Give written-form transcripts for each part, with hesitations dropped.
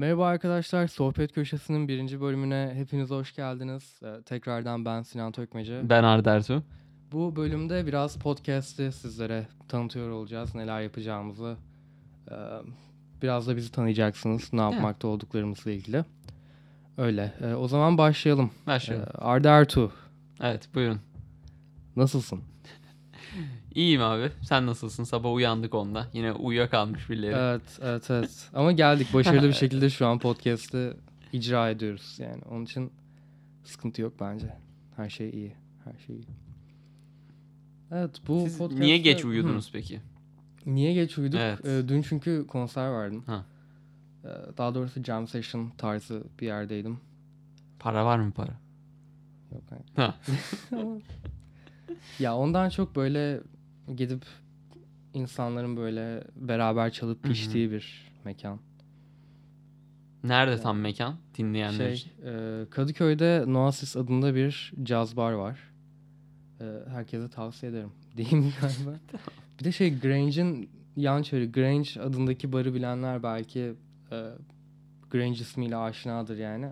Merhaba arkadaşlar, Sohbet Köşesi'nin birinci bölümüne hepiniz hoş geldiniz. Tekrardan ben Sinan Tökmece. Ben Arda Ertuğ. Bu bölümde biraz podcast'i sizlere tanıtıyor olacağız, neler yapacağımızı. Biraz da bizi tanıyacaksınız, ne yapmakta olduklarımızla ilgili. Öyle, o zaman başlayalım. Başlayalım. Arda Ertuğ, Evet, buyurun. nasılsın? İyiyim abi. Sen nasılsın? Sabah uyandık onda. Yine uyuyakalmış birileri. Evet. Ama geldik, başarılı bir şekilde şu an podcast'i icra ediyoruz. Yani onun için sıkıntı yok bence. Her şey iyi. Evet, bu Siz podcast'te... niye geç uyudunuz peki? Niye geç uyuduk? Evet. Dün çünkü konser verdim. Ha. Daha doğrusu jam session tarzı bir yerdeydim. Para var mı para? Yok, hayır. Ha. Ya ondan çok böyle gidip insanların böyle beraber çalıp piştiği bir mekan. Nerede tam mekan? Dinleyenler için. Kadıköy'de Noasis adında bir caz bar var. Herkese tavsiye ederim. Diyeyim galiba. Bir de Grange'in yan çeviri. Grange adındaki barı bilenler belki Grange ismiyle aşinadır yani.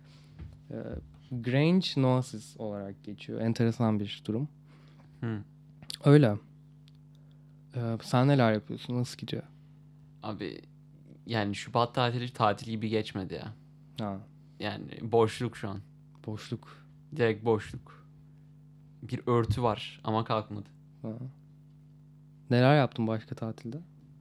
Grange Noasis olarak geçiyor. Enteresan bir durum. Öyle. Sen neler yapıyorsun? Nasıl gidiyor? Abi yani Şubat tatil gibi geçmedi ya. Ha, Yani boşluk şu an. boşluk. Direkt boşluk. Bir örtü var ama kalkmadı. Ha. Neler yaptın başka tatilde?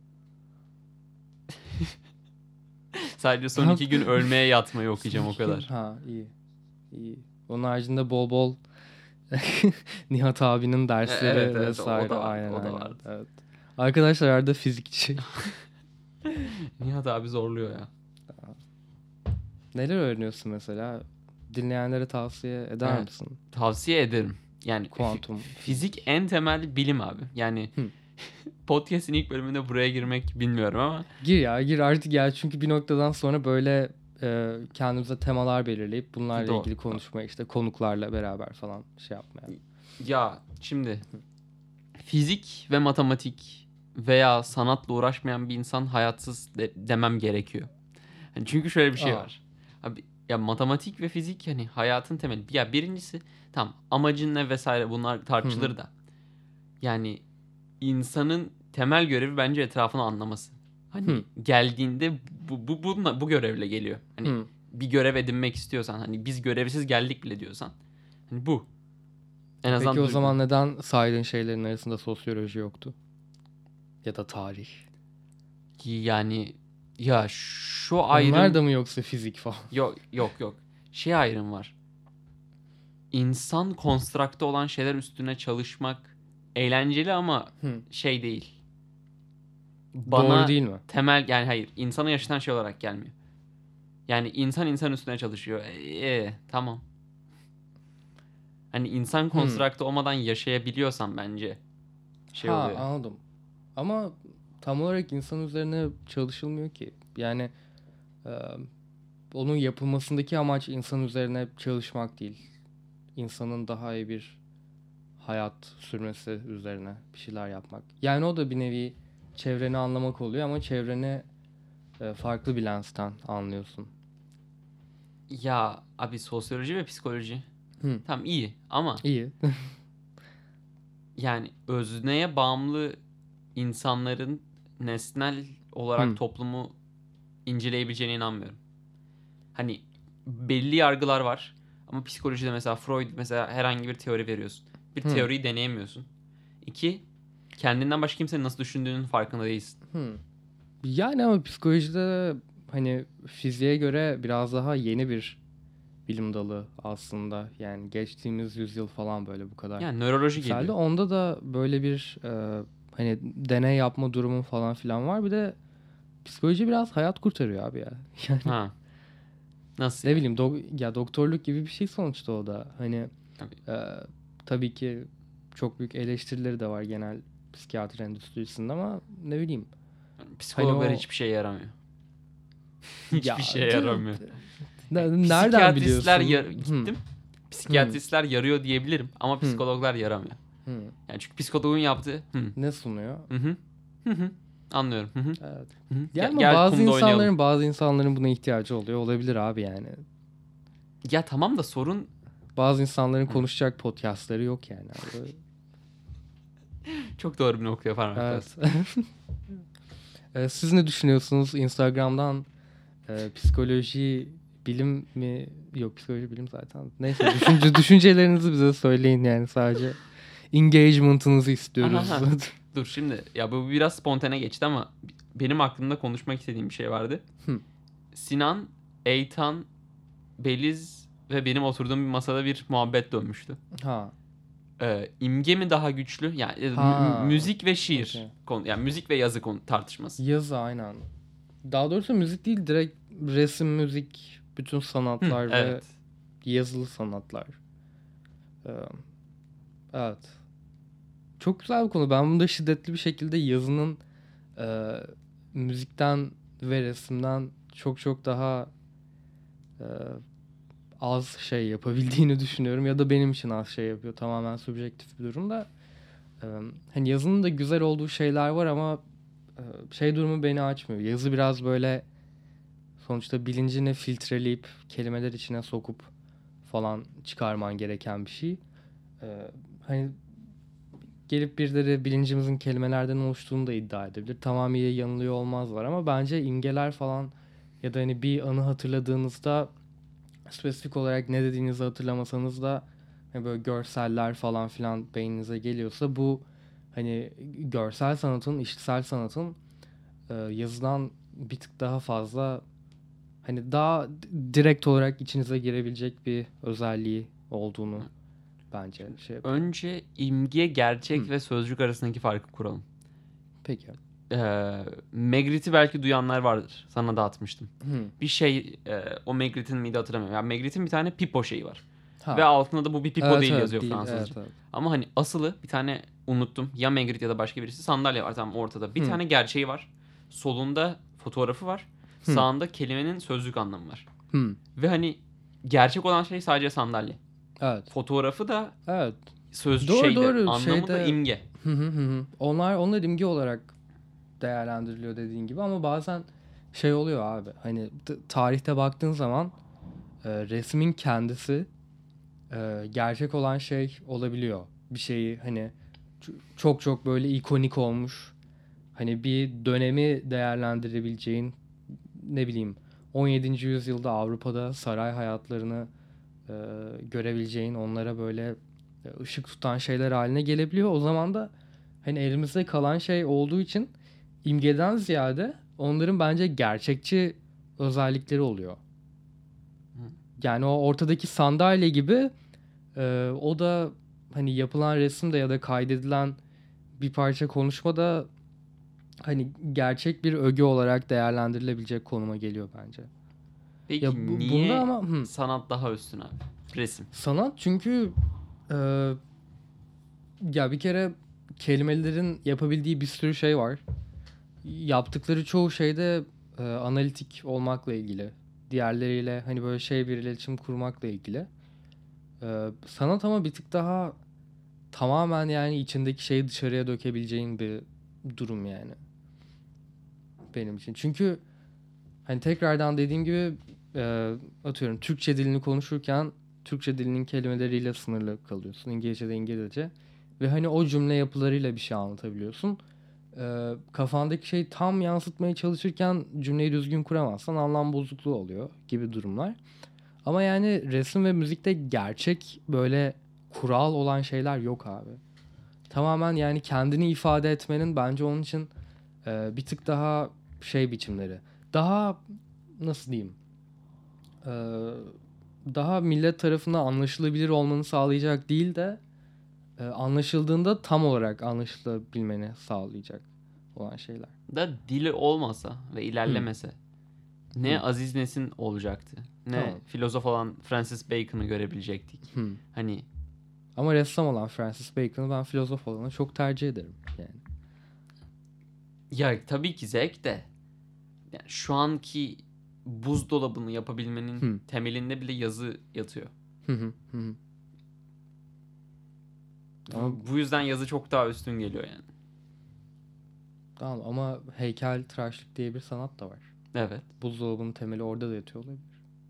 Sadece son 2 gün ölmeye yatmayı okuyacağım o kadar. Ha, iyi. Onun haricinde bol bol Nihat abinin dersleri Evet, vesaire. o da vardı, Aynen. o da vardı. Evet. Arkadaşlar Arda fizikçi. Nihat abi zorluyor ya. Neler öğreniyorsun mesela? Dinleyenlere tavsiye eder misin? Tavsiye ederim. Yani Kuantum. fizik en temel bilim abi. Yani podcast'in ilk bölümünde buraya girmek bilmiyorum ama. Gir artık gel çünkü bir noktadan sonra böyle kendimize temalar belirleyip bunlarla ilgili konuşmaya işte konuklarla beraber falan yapmaya. Ya şimdi fizik ve matematik veya sanatla uğraşmayan bir insan hayatsız demem gerekiyor. Yani çünkü şöyle bir şey var. Abi ya matematik ve fizik hani hayatın temeli. Ya birincisi tamam amacın ne vesaire bunlar tartışılır da. Yani insanın temel görevi bence etrafını anlaması. Hani geldiğinde bu görevle geliyor. Hani bir görev edinmek istiyorsan hani biz görevsiz geldik bile diyorsan. Hani bu. En azından Peki o zaman neden saydığın şeylerin arasında sosyoloji yoktu? Ya da tarih? Yani ya şu ayrım... Onlar da mı yoksa fizik falan? Yok. Şey ayrım var. İnsan konstrakta olan şeyler üstüne çalışmak eğlenceli ama şey değil. Bana doğru değil mi? temel yani hayır insana yaşatan şey olarak gelmiyor. Yani insan üstüne çalışıyor. Tamam. Hani insan konstrakta olmadan yaşayabiliyorsan bence oluyor. Anladım. Ama tam olarak insan üzerine çalışılmıyor ki. Yani onun yapılmasındaki amaç insan üzerine çalışmak değil. İnsanın daha iyi bir hayat sürmesi üzerine bir şeyler yapmak. Yani o da bir nevi çevreni anlamak oluyor ama çevreni farklı bir lensten anlıyorsun. Ya abi sosyoloji ve psikoloji. Tamam iyi ama İyi. yani özneye bağımlı insanların nesnel olarak toplumu inceleyebileceğine inanmıyorum. Hani belli yargılar var ama psikolojide mesela Freud mesela herhangi bir teori veriyorsun. Bir teoriyi deneyemiyorsun. 2 kendinden başka kimsenin nasıl düşündüğünün farkında değilsin. Yani ama psikolojide hani fiziğe göre biraz daha yeni bir bilim dalı aslında. Yani geçtiğimiz yüzyıl falan böyle bu kadar. Yani nöroloji yükseldi. geliyor. Onda da böyle bir hani deney yapma durumu falan filan var. Bir de psikoloji biraz hayat kurtarıyor abi ya. Yani nasıl? Ne bileyim doktorluk gibi bir şey sonuçta o da. Hani tabii ki çok büyük eleştirileri de var genel psikiyatri endüstrisinde ama ne bileyim. Psikologlar hiçbir şey yaramıyor. Hiçbir şey yaramıyor. Nereden biliyorsun? Gittim. Psikiyatristler yarıyor diyebilirim ama psikologlar yaramıyor. Yani çünkü psikologun yaptığı ne sunuyor? Anlıyorum. Hı hı. Evet. Hı hı. Yani Gel bazı kumda oynayalım. bazı insanların buna ihtiyacı oluyor. Olabilir abi yani. Ya tamam da sorun... Bazı insanların Hı. konuşacak podcastları yok yani. Abi. Çok doğru bir noktaya parmak Evet. bastın. Siz ne düşünüyorsunuz? Instagram'dan psikoloji bilim mi? Yok, psikoloji bilim zaten. Neyse, düşüncelerinizi bize söyleyin yani sadece. Engagement'ınızı istiyoruz. Ahaha. Dur şimdi ya bu biraz spontane geçti ama benim aklımda konuşmak istediğim bir şey vardı. Hı. Sinan, Eytan, Beliz ve benim oturduğum bir masada bir muhabbet dönmüştü. Ha. İmge mi daha güçlü? Yani Ha. müzik ve şiir Okay. yani müzik ve yazı tartışması. Yazı aynen. Daha doğrusu müzik değil, direkt resim, müzik, bütün Hı, sanatlar ve evet. yazılı sanatlar. Ee, evet. Çok güzel bir konu. Ben bunda şiddetli bir şekilde yazının e, müzikten ve resimden çok çok daha e, az şey yapabildiğini düşünüyorum. Ya da benim için az şey yapıyor. Tamamen subjektif bir durum da. E, hani yazının da güzel olduğu şeyler var ama şey durumu beni açmıyor. Yazı biraz böyle sonuçta bilincini filtreleyip kelimeler içine sokup falan çıkarman gereken bir şey. Hani gelip birileri bilincimizin kelimelerden oluştuğunu da iddia edebilir. Tamamıyla yanılıyor olmazlar ama bence imgeler falan ya da hani bir anı hatırladığınızda spesifik olarak ne dediğinizi hatırlamasanız da hani böyle görseller falan filan beyninize geliyorsa bu hani görsel sanatın, işitsel sanatın yazıdan bir tık daha fazla, hani daha direkt olarak içinize girebilecek bir özelliği olduğunu bence şey yapıyor. Önce imge, gerçek Hı. ve sözcük arasındaki farkı kuralım. Peki. Magritte'i belki duyanlar vardır. Sana da atmıştım. Hı. Bir şey o Magritte'in miydi hatırlamıyorum. Yani Magritte'in bir tane Pipo şeyi var. Ve Ha. altında da bu bir Pipo Evet değil evet yazıyor değil. Evet Fransızca. evet. Ama hani asılı bir tane unuttum. Ya Magritte ya da başka birisi sandalye var tam ortada. Bir Hı. tane gerçeği var. Solunda fotoğrafı var. Hı. Sağında kelimenin sözlük anlamı var. Hı. Ve hani gerçek olan şey sadece sandalye. Evet. Fotoğrafı da Evet. söz Doğru şeyde doğru anlamı da şeyde imge. hı hı hı. Hı. Onlar imge olarak değerlendiriliyor dediğin gibi ama bazen şey oluyor abi. Hani tarihte baktığın zaman resmin kendisi gerçek olan şey olabiliyor. Bir şeyi hani çok çok böyle ikonik olmuş. Hani bir dönemi değerlendirebileceğin, ne bileyim, 17. yüzyılda Avrupa'da saray hayatlarını e, görebileceğin, onlara böyle ışık tutan şeyler haline gelebiliyor. O zaman da hani elimizde kalan şey olduğu için imgeden ziyade onların bence gerçekçi özellikleri oluyor. Yani o ortadaki sandalye gibi o da hani yapılan resimde ya da kaydedilen bir parça konuşmada hani gerçek bir öge olarak değerlendirilebilecek konuma geliyor bence. Ya Peki bunda niye ama sanat daha üstün abi? Resim. sanat çünkü e, ya bir kere kelimelerin yapabildiği bir sürü şey var. Yaptıkları çoğu şeyde analitik olmakla ilgili. Diğerleriyle hani böyle şey bir iletişim kurmakla ilgili. Sanat ama bir tık daha tamamen yani içindeki şeyi dışarıya dökebileceğin bir durum yani benim için. Çünkü hani tekrardan dediğim gibi atıyorum Türkçe dilini konuşurken Türkçe dilinin kelimeleriyle sınırlı kalıyorsun. İngilizce'de İngilizce. Ve hani o cümle yapılarıyla bir şey anlatabiliyorsun. Kafandaki şeyi tam yansıtmaya çalışırken cümleyi düzgün kuramazsan anlam bozukluğu oluyor gibi durumlar. Ama yani resim ve müzikte gerçek böyle kural olan şeyler yok abi. Tamamen yani kendini ifade etmenin bence onun için bir tık daha şey biçimleri. Daha nasıl diyeyim? Ee, daha millet tarafından anlaşılabilir olmanı sağlayacak değil de anlaşıldığında tam olarak anlaşılabilmeni sağlayacak olan şeyler. Da dili olmasa ve Hmm, ilerlemese ne hmm, Aziz Nesin olacaktı ne tamam. filozof olan Francis Bacon'ı görebilecektik. Hmm. Hani Ama ressam olan Francis Bacon'ı ben filozof olanı çok tercih ederim yani. ya tabii ki zevk de yani şu anki buzdolabını yapabilmenin Hmm. temelinde bile yazı yatıyor. Hı hı, hı hı. Ama Bu yüzden yazı çok daha üstün geliyor yani. Tamam ama heykeltıraşlık diye bir sanat da var. Evet. Buzdolabının temeli orada da yatıyor olabilir.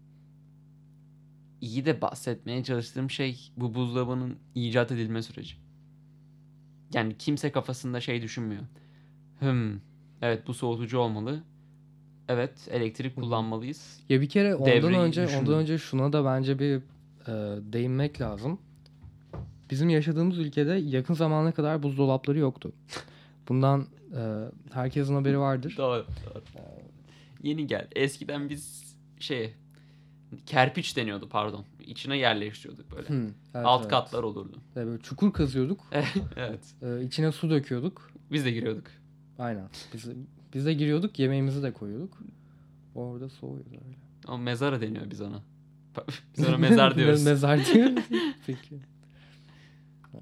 İyi de bahsetmeye çalıştığım şey bu buzdolabının icat edilme süreci. Yani kimse kafasında şey düşünmüyor. Evet bu soğutucu olmalı. Evet elektrik Hı hı. kullanmalıyız. Ya bir kere Devreyi ondan düşündüm. önce şuna da bence bir değinmek lazım. Bizim yaşadığımız ülkede yakın zamana kadar buzdolapları yoktu. Bundan herkesin haberi vardır. Doğru. Yeni gel. Eskiden biz kerpiç deniyordu pardon. İçine yerleştiriyorduk böyle. Evet, Alt evet. katlar olurdu. Ve böyle çukur kazıyorduk. Evet. İçine su döküyorduk. Biz de giriyorduk. Aynen. Biz de giriyorduk, yemeğimizi de koyuyorduk. Orada soğuyordu öyle. Ama mezara deniyor biz ona. Biz ona mezar diyoruz. Mezar diyoruz. Peki. Ha.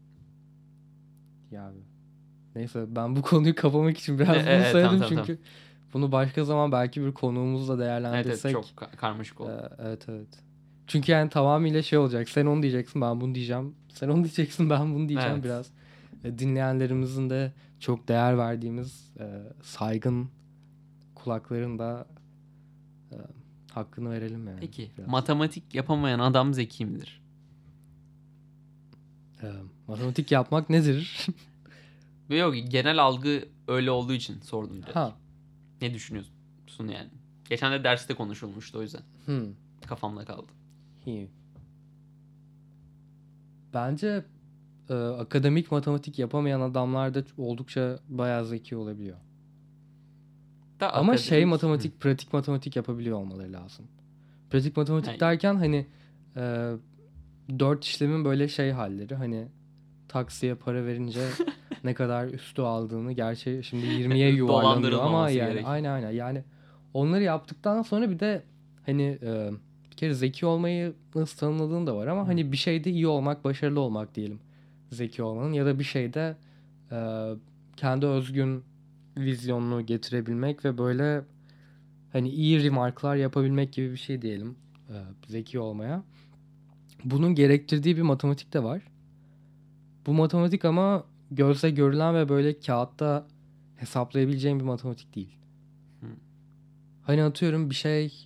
Ya neyse ben bu konuyu kapamak için biraz bunu söyledim tamam, çünkü bunu başka zaman belki bir konuğumuzla Evet, değerlendirsek. çok karmaşık oldu. Evet. Çünkü yani tamamıyla şey olacak. Sen onu diyeceksin, ben bunu diyeceğim. Sen onu diyeceksin, ben bunu diyeceğim Evet. biraz. Dinleyenlerimizin de çok değer verdiğimiz saygın kulakların da hakkını verelim yani. Peki biraz. matematik yapamayan adam zeki midir? Matematik yapmak nedir? Yok genel algı öyle olduğu için sordum direkt. Ha. Ne düşünüyorsun yani? Geçen de derste konuşulmuştu o yüzden. Hmm. Kafamda kaldı. İyi. Bence akademik matematik yapamayan adamlar da oldukça bayağı zeki olabiliyor. Ama matematik, pratik matematik yapabiliyor olmaları lazım. Pratik matematik derken hani 4 işlemin böyle şey halleri, hani taksiye para verince ne kadar üstü aldığını, gerçi şimdi 20'ye yuvarlanıyor ama yani aynen yani onları yaptıktan sonra bir de hani bir kere zeki olmayı nasıl tanımladığın da var ama hani bir şeyde iyi olmak, başarılı olmak diyelim zeki olmanın, ya da bir şeyde kendi özgün vizyonunu getirebilmek ve böyle hani iyi remarklar yapabilmek gibi bir şey diyelim zeki olmaya. Bunun gerektirdiği bir matematik de var. Bu matematik ama gözle görülen ve böyle kağıtta hesaplayabileceğim bir matematik değil. Hani atıyorum bir şey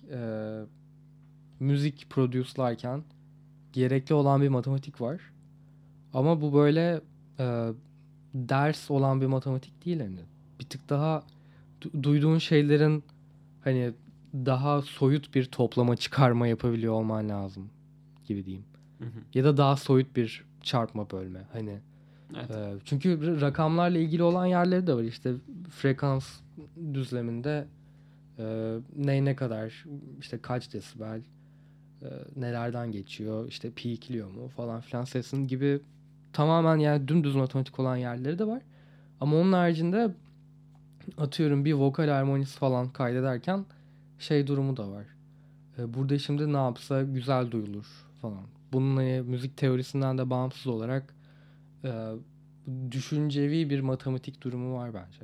müzik produce'larken gerekli olan bir matematik var. Ama bu böyle ders olan bir matematik değil hani. Bir tık daha duyduğun şeylerin hani daha soyut bir toplama, çıkarma yapabiliyor olman lazım gibi diyeyim. Ya da daha soyut bir çarpma, bölme. Hani Evet. çünkü rakamlarla ilgili olan yerleri de var. İşte frekans düzleminde ne kadar, işte kaç desibel, nelerden geçiyor, işte peakliyor mu falan filan sesin gibi tamamen yani dümdüz matematik olan yerleri de var. Ama onun haricinde atıyorum bir vokal harmonisi falan kaydederken şey durumu da var. Burada şimdi ne yapsa güzel duyulur falan. Bunun hani müzik teorisinden de bağımsız olarak düşüncevi bir matematik durumu var bence.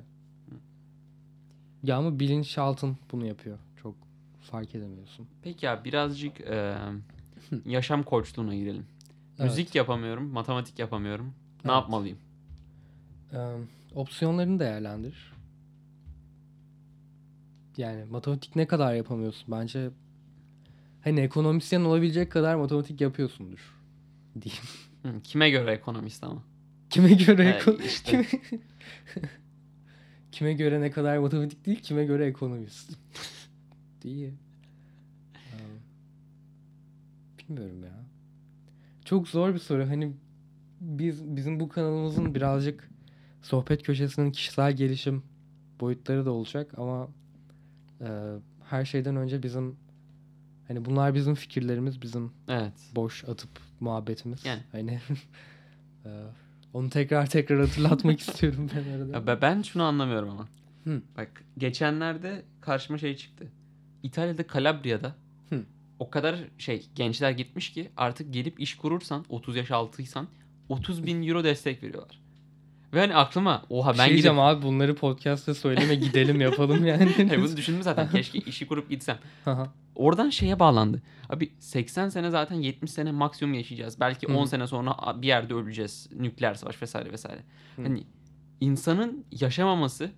Ya ama bilinçaltın bunu yapıyor. Çok fark edemiyorsun. Peki ya birazcık yaşam koçluğuna girelim. Evet. Müzik yapamıyorum, matematik yapamıyorum. Ne Evet. yapmalıyım? Opsiyonlarını değerlendir. Yani matematik ne kadar yapamıyorsun? Bence hani ekonomisyen olabilecek kadar matematik yapıyorsundur diyeyim. Kime göre ekonomist ama? Kime göre işte. Kime göre ne kadar matematik değil, kime göre ekonomist. Değil. Bilmiyorum ya. Çok zor bir soru. Hani bizim bu kanalımızın birazcık sohbet köşesinin kişisel gelişim boyutları da olacak ama her şeyden önce bizim hani bunlar bizim fikirlerimiz, bizim boş atıp muhabbetimiz. Yani. Hani onu tekrar hatırlatmak istiyorum ben arada. Ya ben şunu anlamıyorum ama. Bak geçenlerde karşıma şey çıktı. İtalya'da Calabria'da o kadar gençler gitmiş ki artık gelip iş kurursan 30 yaş altıysan 30.000 euro destek veriyorlar. Ve hani aklıma ben gidip abi bunları podcast'ta söyleme, gidelim yapalım yani. Hayır, bunu düşündüm zaten. Keşke işi kurup gitsem. Oradan şeye bağlandı. Abi 80 sene zaten 70 sene maksimum yaşayacağız. Belki 10 sene sonra bir yerde öleceğiz. Nükleer savaş vesaire vesaire. Hani insanın yaşamaması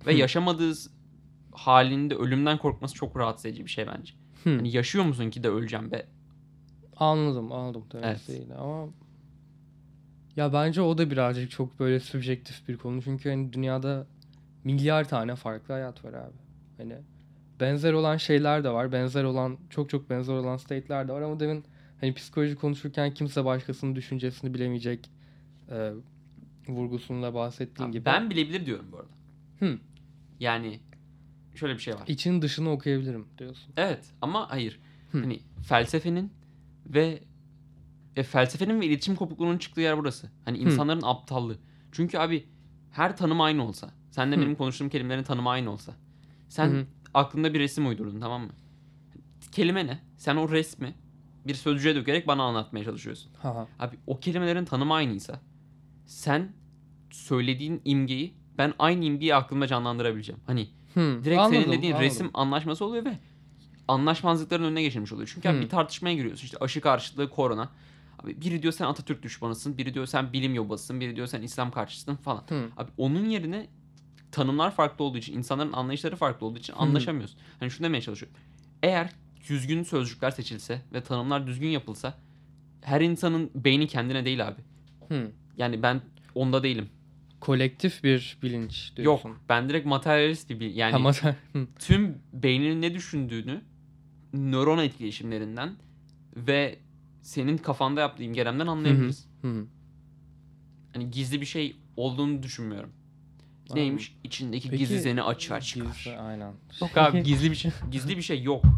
Ve yaşamadığı halinde ölümden korkması çok rahatsız edici bir şey bence. Hani yaşıyor musun ki de öleceğim be? Anladım. Evet. Değil ama ya bence o da birazcık çok böyle subjektif bir konu. Çünkü hani dünyada milyar tane farklı hayat var abi. Hani benzer olan şeyler de var. Benzer olan çok benzer olan state'ler de var ama demin hani psikoloji konuşurken kimse başkasının düşüncesini bilemeyecek e, vurgusunda bahsettiğin gibi. Ben bilebilir diyorum bu arada. Hı. Yani şöyle bir şey var. İçin dışını okuyabilirim diyorsun. Evet ama hayır. Hani felsefenin ve felsefenin ve iletişim kopukluğunun çıktığı yer burası. Hani insanların aptallığı. Çünkü abi her tanım aynı olsa, senle benim konuştuğum kelimelerin tanımı aynı olsa, sen aklında bir resim uydurdun, tamam mı? Kelime ne? Sen o resmi bir sözcüğe dökerek bana anlatmaya çalışıyorsun. Abi o kelimelerin tanımı aynıysa, sen söylediğin imgeyi ben aynı imgeyi aklımda canlandırabileceğim. Hani direkt senin dediğin resim anlaşması oluyor ve anlaşmazlıkların önüne geçilmiş oluyor. Çünkü abi bir tartışmaya giriyorsun. İşte aşı karşıtlığı, korona. Abi biri diyor sen Atatürk düşmanısın, biri diyor sen bilim yobasısın, biri diyor sen İslam karşıtısın falan. Abi onun yerine tanımlar farklı olduğu için, insanların anlayışları farklı olduğu için anlaşamıyoruz. Hani şunu demeye çalışıyorum. Eğer düzgün sözcükler seçilse ve tanımlar düzgün yapılsa, her insanın beyni kendine değil abi. Yani ben onda değilim. Kolektif bir bilinç diyorsun. Yok, ben direkt materyalist bir bilinç. Yani tüm beyninin ne düşündüğünü nöron etkileşimlerinden ve senin kafanda yaptığı imgelemden anlayabiliriz. Hani gizli bir şey olduğunu düşünmüyorum. Neymiş? İçindeki Peki, gizli seni açığa çıkar. Aynen. Yok abi gizli bir şey yok.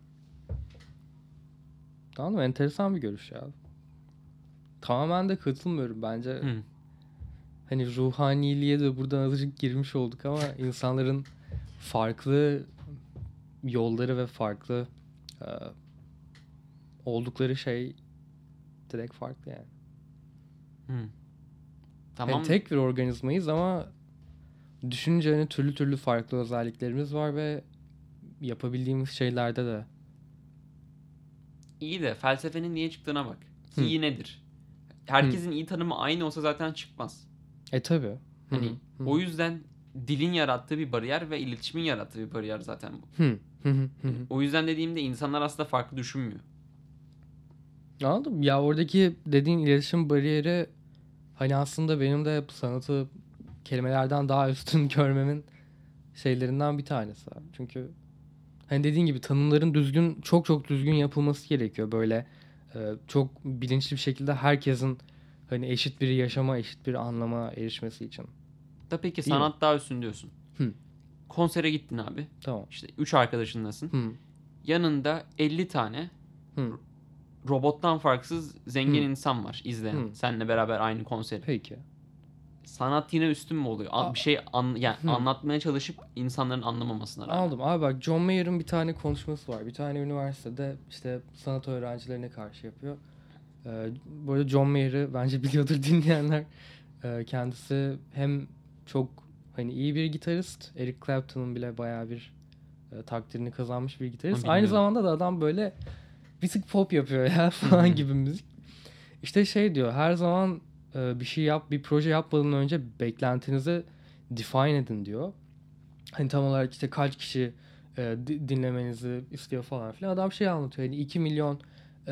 Tamam, enteresan bir görüş ya. Tamamen de katılmıyorum bence. Hani ruhaniliğe de buradan azıcık girmiş olduk ama insanların farklı yolları ve farklı oldukları şey direkt farklı yani. Tamam. Yani tek bir organizmayız ama düşününce hani türlü farklı özelliklerimiz var ve yapabildiğimiz şeylerde de. İyi de felsefenin niye çıktığına bak. İyi nedir? Herkesin iyi tanımı aynı olsa zaten çıkmaz. Tabii. Hani o yüzden dilin yarattığı bir bariyer ve iletişimin yarattığı bir bariyer zaten bu. O yüzden dediğimde insanlar aslında farklı düşünmüyor. Anladım. Ya oradaki dediğin iletişim bariyeri hani aslında benim de sanatı kelimelerden daha üstün görmemin şeylerinden bir tanesi. Çünkü hani dediğin gibi tanımların çok düzgün yapılması gerekiyor. Böyle çok bilinçli bir şekilde herkesin hani eşit bir yaşama, eşit bir anlama erişmesi için. Da peki Değil sanat mi? daha üstün diyorsun. Konsere gittin abi. Tamam. İşte 3 arkadaşınlasın. Yanında 50 tane robottan farksız zengin insan var izleyen. Seninle beraber aynı konseri. Peki. Sanat yine üstün mü oluyor? Bir şey anlatmaya çalışıp insanların anlamamasına rağmen. Aldım. Abi bak, John Mayer'ın bir tane konuşması var. Bir tane üniversitede işte sanat öğrencilerine karşı yapıyor. Bu arada John Mayer'ı bence biliyordur dinleyenler. Kendisi hem çok hani iyi bir gitarist. Eric Clapton'ın bile bayağı bir takdirini kazanmış bir gitarist. Aynı zamanda da adam böyle bir tık pop yapıyor ya falan gibi müzik. İşte şey diyor, her zaman bir proje yapmadan önce beklentinizi define edin diyor. Hani tam olarak işte kaç kişi dinlemenizi istiyor falan filan. Adam şey anlatıyor. Hani 2 milyon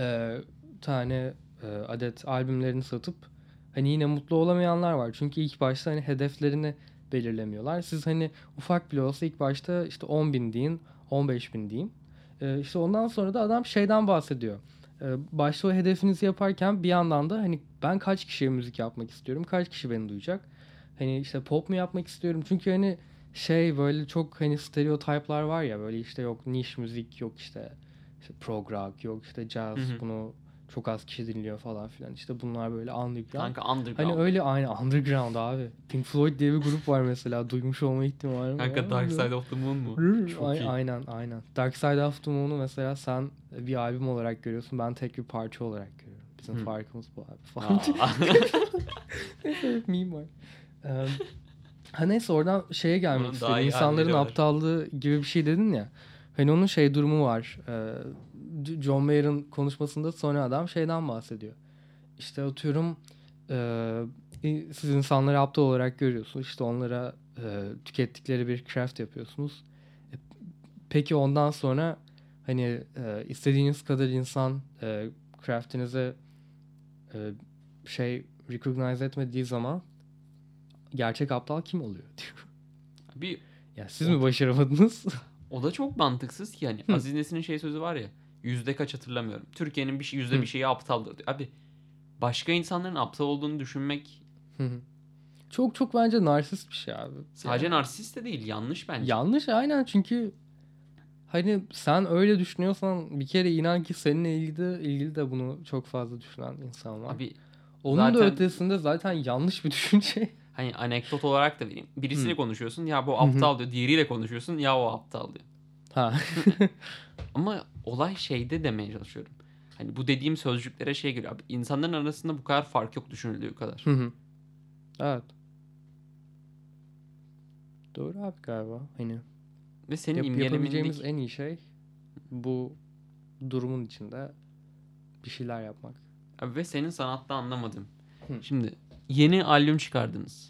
tane adet albümlerini satıp hani yine mutlu olamayanlar var. Çünkü ilk başta hani hedeflerini belirlemiyorlar. Siz hani ufak bile olsa ilk başta işte 10 bin deyin, 15 bin deyin. İşte ondan sonra da adam şeyden bahsediyor. Başta o hedefinizi yaparken bir yandan da hani ben kaç kişiye müzik yapmak istiyorum, kaç kişi beni duyacak. Hani işte pop mu yapmak istiyorum? Çünkü hani şey böyle çok hani stereotipler var ya, böyle işte yok niş müzik, yok işte prog rock, yok işte jazz, bunu çok az kişi dinliyor falan filan. İşte bunlar böyle underground. Kanka underground. Hani öyle aynı underground abi. Pink Floyd diye bir grup var mesela. Duymuş olma ihtimali var. Kanka Dark Side of the Moon mu? Çok iyi. Aynen. Dark Side of the Moon'u mesela sen bir albüm olarak görüyorsun. Ben tek bir parça olarak görüyorum. Bizim farkımız bu abi falan. Meme var. Neyse, oradan şeye gelmek istiyorum. İnsanların aptallığı gibi bir şey dedin ya. Hani onun şey durumu var. John Mayer'ın konuşmasında sonra adam şeyden bahsediyor. İşte atıyorum siz insanları aptal olarak görüyorsunuz. İşte onlara tükettikleri bir craft yapıyorsunuz. Peki ondan sonra hani istediğiniz kadar insan craft'inize recognize etmediği zaman gerçek aptal kim oluyor diyor. Bir Ya siz mi başaramadınız? o da çok mantıksız ki yani. Aziz Nesin'in sözü var ya. Yüzde kaç hatırlamıyorum. Türkiye'nin yüzde bir şeyi aptaldır diyor. Abi başka insanların aptal olduğunu düşünmek çok çok bence narsist bir şey abi. sadece Yani, narsist de değil. Yanlış bence. yanlış aynen, çünkü hani sen öyle düşünüyorsan bir kere inan ki seninle ilgili de bunu çok fazla düşünen insan var. Abi onun da zaten ötesinde zaten yanlış bir düşünce. hani anekdot olarak da vereyim. Birisiyle konuşuyorsun ya bu aptal diyor. Diğeriyle konuşuyorsun ya o aptal diyor. Ha. Ama olay şeyde demeye çalışıyorum. Hani bu dediğim sözcüklere şey geliyor. Abi insanların arasında bu kadar fark yok düşünüldüğü kadar. Evet. Doğru abi galiba. Hani Ve senin yapabileceğimiz imgelemindeki en iyi şey bu durumun içinde bir şeyler yapmak. abi ve senin sanatta anlamadım. Şimdi yeni albüm çıkardınız.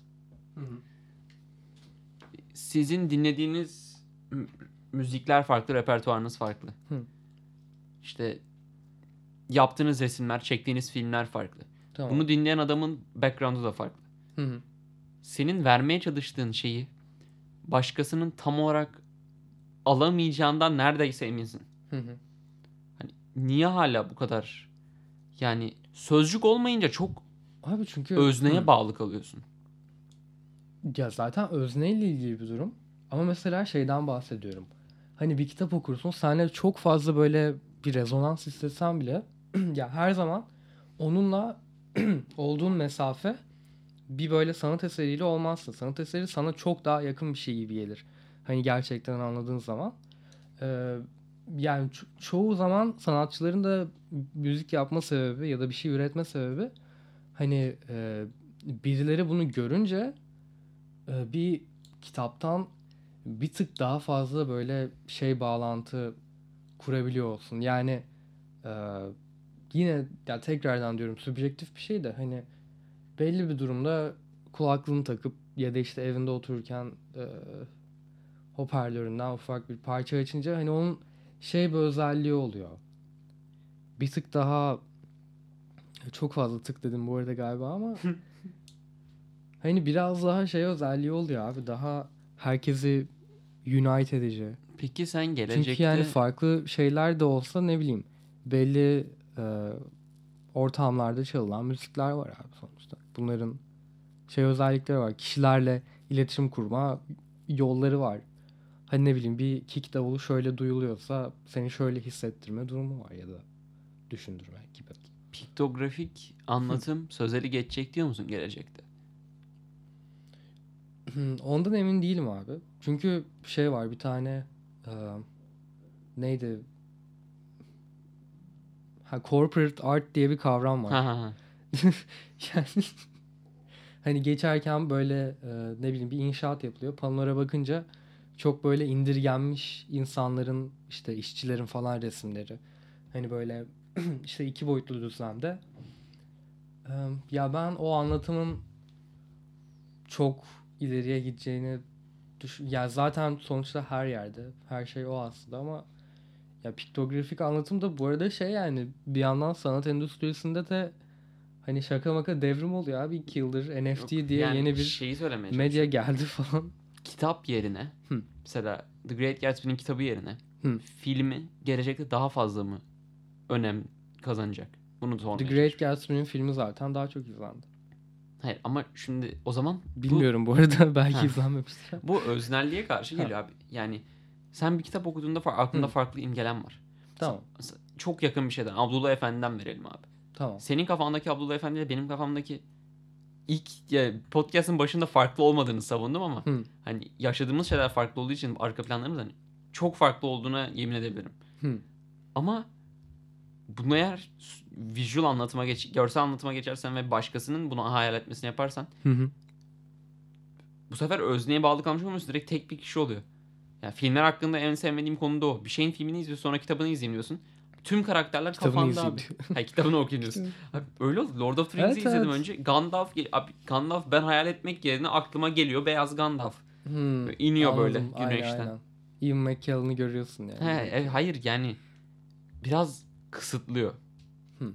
Sizin dinlediğiniz müzikler farklı, repertuarınız farklı. İşte yaptığınız resimler, çektiğiniz filmler farklı. Tamam. Bunu dinleyen adamın background'u da farklı. Senin vermeye çalıştığın şeyi başkasının tam olarak alamayacağından neredeyse eminsin. Hani niye hala bu kadar yani sözcük olmayınca çok abi çünkü özneye bağlı kalıyorsun. Ya zaten özneyle ilgili bir durum. Ama mesela şeyden bahsediyorum. Hani bir kitap okursun, seninle çok fazla böyle bir rezonans hissetsen bile ya her zaman onunla olduğun mesafe bir böyle sanat eseriyle olmazsa. Sanat eseri sana çok daha yakın bir şey gibi gelir. Hani gerçekten anladığın zaman. Yani çoğu zaman sanatçıların da müzik yapma sebebi ya da bir şey üretme sebebi hani birileri bunu görünce bir kitaptan bir tık daha fazla böyle bağlantı kurabiliyor olsun. Yani e, yine ya tekrardan diyorum, subjektif bir şey de hani belli bir durumda kulaklığını takıp ya da işte evinde otururken hoparlöründen ufak bir parça açınca hani onun bir özelliği oluyor. Bir tık daha çok fazla tık dedim bu arada galiba ama hani biraz daha özelliği oluyor abi. Daha herkesi unite edici. Peki sen gelecekte Çünkü yani farklı şeyler de olsa ne bileyim belli ortamlarda çalınan müzikler var abi sonuçta. Bunların özellikleri var. Kişilerle iletişim kurma yolları var. Hani ne bileyim bir kick davulu şöyle duyuluyorsa seni şöyle hissettirme durumu var ya da düşündürme gibi. piktografik anlatım sözeli geçecek diyor musun gelecekte? Ondan emin değilim abi. Çünkü var bir tane neydi? Corporate art diye bir kavram var. Yani hani geçerken böyle ne bileyim bir inşaat yapılıyor. Panolara bakınca çok böyle indirgenmiş insanların işte işçilerin falan resimleri. Hani böyle işte 2 boyutlu düzlemde. Ya ben o anlatımın çok ileriye gideceğini ya zaten sonuçta her yerde her şey o aslında ama ya piktografik anlatım da bu arada yani bir yandan sanat endüstrisinde de hani şaka maka devrim oluyor abi. 2 yıldır NFT Yok, diye yani yeni bir şeyi söylemeye medya çalışıyorum. geldi falan. Kitap yerine mesela The Great Gatsby'nin kitabı yerine filmi gelecekte daha fazla mı önem kazanacak? Bunu The sormaya Great çalışıyorum. Gatsby'nin filmi zaten daha çok izlendi. Hayır ama şimdi o zaman Bilmiyorum bu arada belki izlenmemiştir. bu öznelliğe karşı geliyor abi. Yani sen bir kitap okuduğunda aklında farklı imgelen var. Tamam. Çok yakın bir şeyden. Abdullah Efendi'den verelim abi. Tamam. Senin kafandaki Abdullah Efendi ile benim kafamdaki ilk podcast'ın başında farklı olmadığını savundum ama hani yaşadığımız şeyler farklı olduğu için arka planlarımız hani çok farklı olduğuna yemin edebilirim. Ama bunu eğer visual anlatıma görsel anlatıma geçersen ve başkasının bunu hayal etmesini yaparsan bu sefer özneye bağlı kalmış olmuyorsun. Direkt tek bir kişi oluyor. Yani filmler hakkında en sevmediğim konu da o. Bir şeyin filmini izliyorsun sonra kitabını izleyeyim diyorsun. Tüm karakterler Kitabını kafanda abi. Hayır kitabını okuyun diyorsun. Abi, öyle oldu. Lord of the Rings'i izledim önce. Gandalf ben hayal etmek yerine aklıma geliyor beyaz Gandalf. Hmm, Böyle iniyor böyle anladım. Aynen, güneşten. aynen. Ian McKellen'ı görüyorsun yani. Hayır yani biraz kısıtlıyor. Hmm,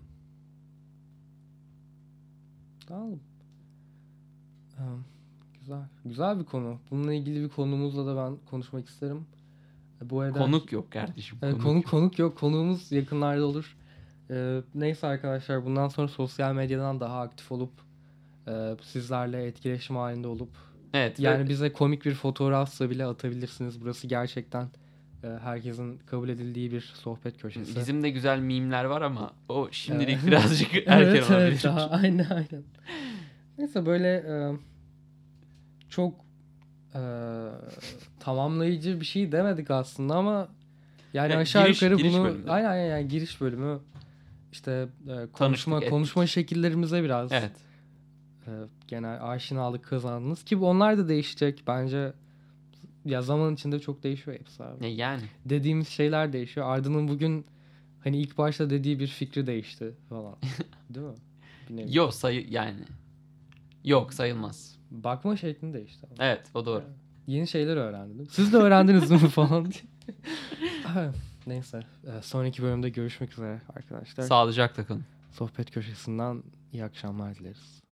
anladım. Um, güzel. Güzel bir konu. Bununla ilgili bir konumuzla da ben konuşmak isterim. Bu arada Konuk yok kardeşim. konuk yok. Konuğumuz yakınlarda olur. Neyse arkadaşlar, bundan sonra sosyal medyadan daha aktif olup sizlerle etkileşim halinde olup Evet yani ve bize komik bir fotoğrafsa bile atabilirsiniz. Burası gerçekten herkesin kabul edildiği bir sohbet köşesi. bizim de güzel mimler var ama o şimdilik Evet. birazcık erken Evet, olabilir. evet, daha aynen. Neyse böyle çok e, tamamlayıcı bir şey demedik aslında ama yani Ya, aşağı yukarı giriş bunu bölümü. aynen yani giriş bölümü işte Tanıştık, konuşma ettik. şekillerimize biraz Evet. genel aşinalık kazandınız ki onlar da değişecek bence. Ya zaman içinde çok değişiyor hepsi abi. Yani. Dediğimiz şeyler değişiyor. Arda'nın bugün hani ilk başta dediği bir fikri değişti falan. Değil mi? Bir nevi. Yani. Yok sayılmaz. Bakma şeklin değişti ama. Evet o doğru. Yeni şeyler öğrendin değil mi? Siz de öğrendiniz mi falan diye. Neyse. Sonraki bölümde görüşmek üzere arkadaşlar. Sağlıcakla kalın. Sohbet köşesinden iyi akşamlar dileriz.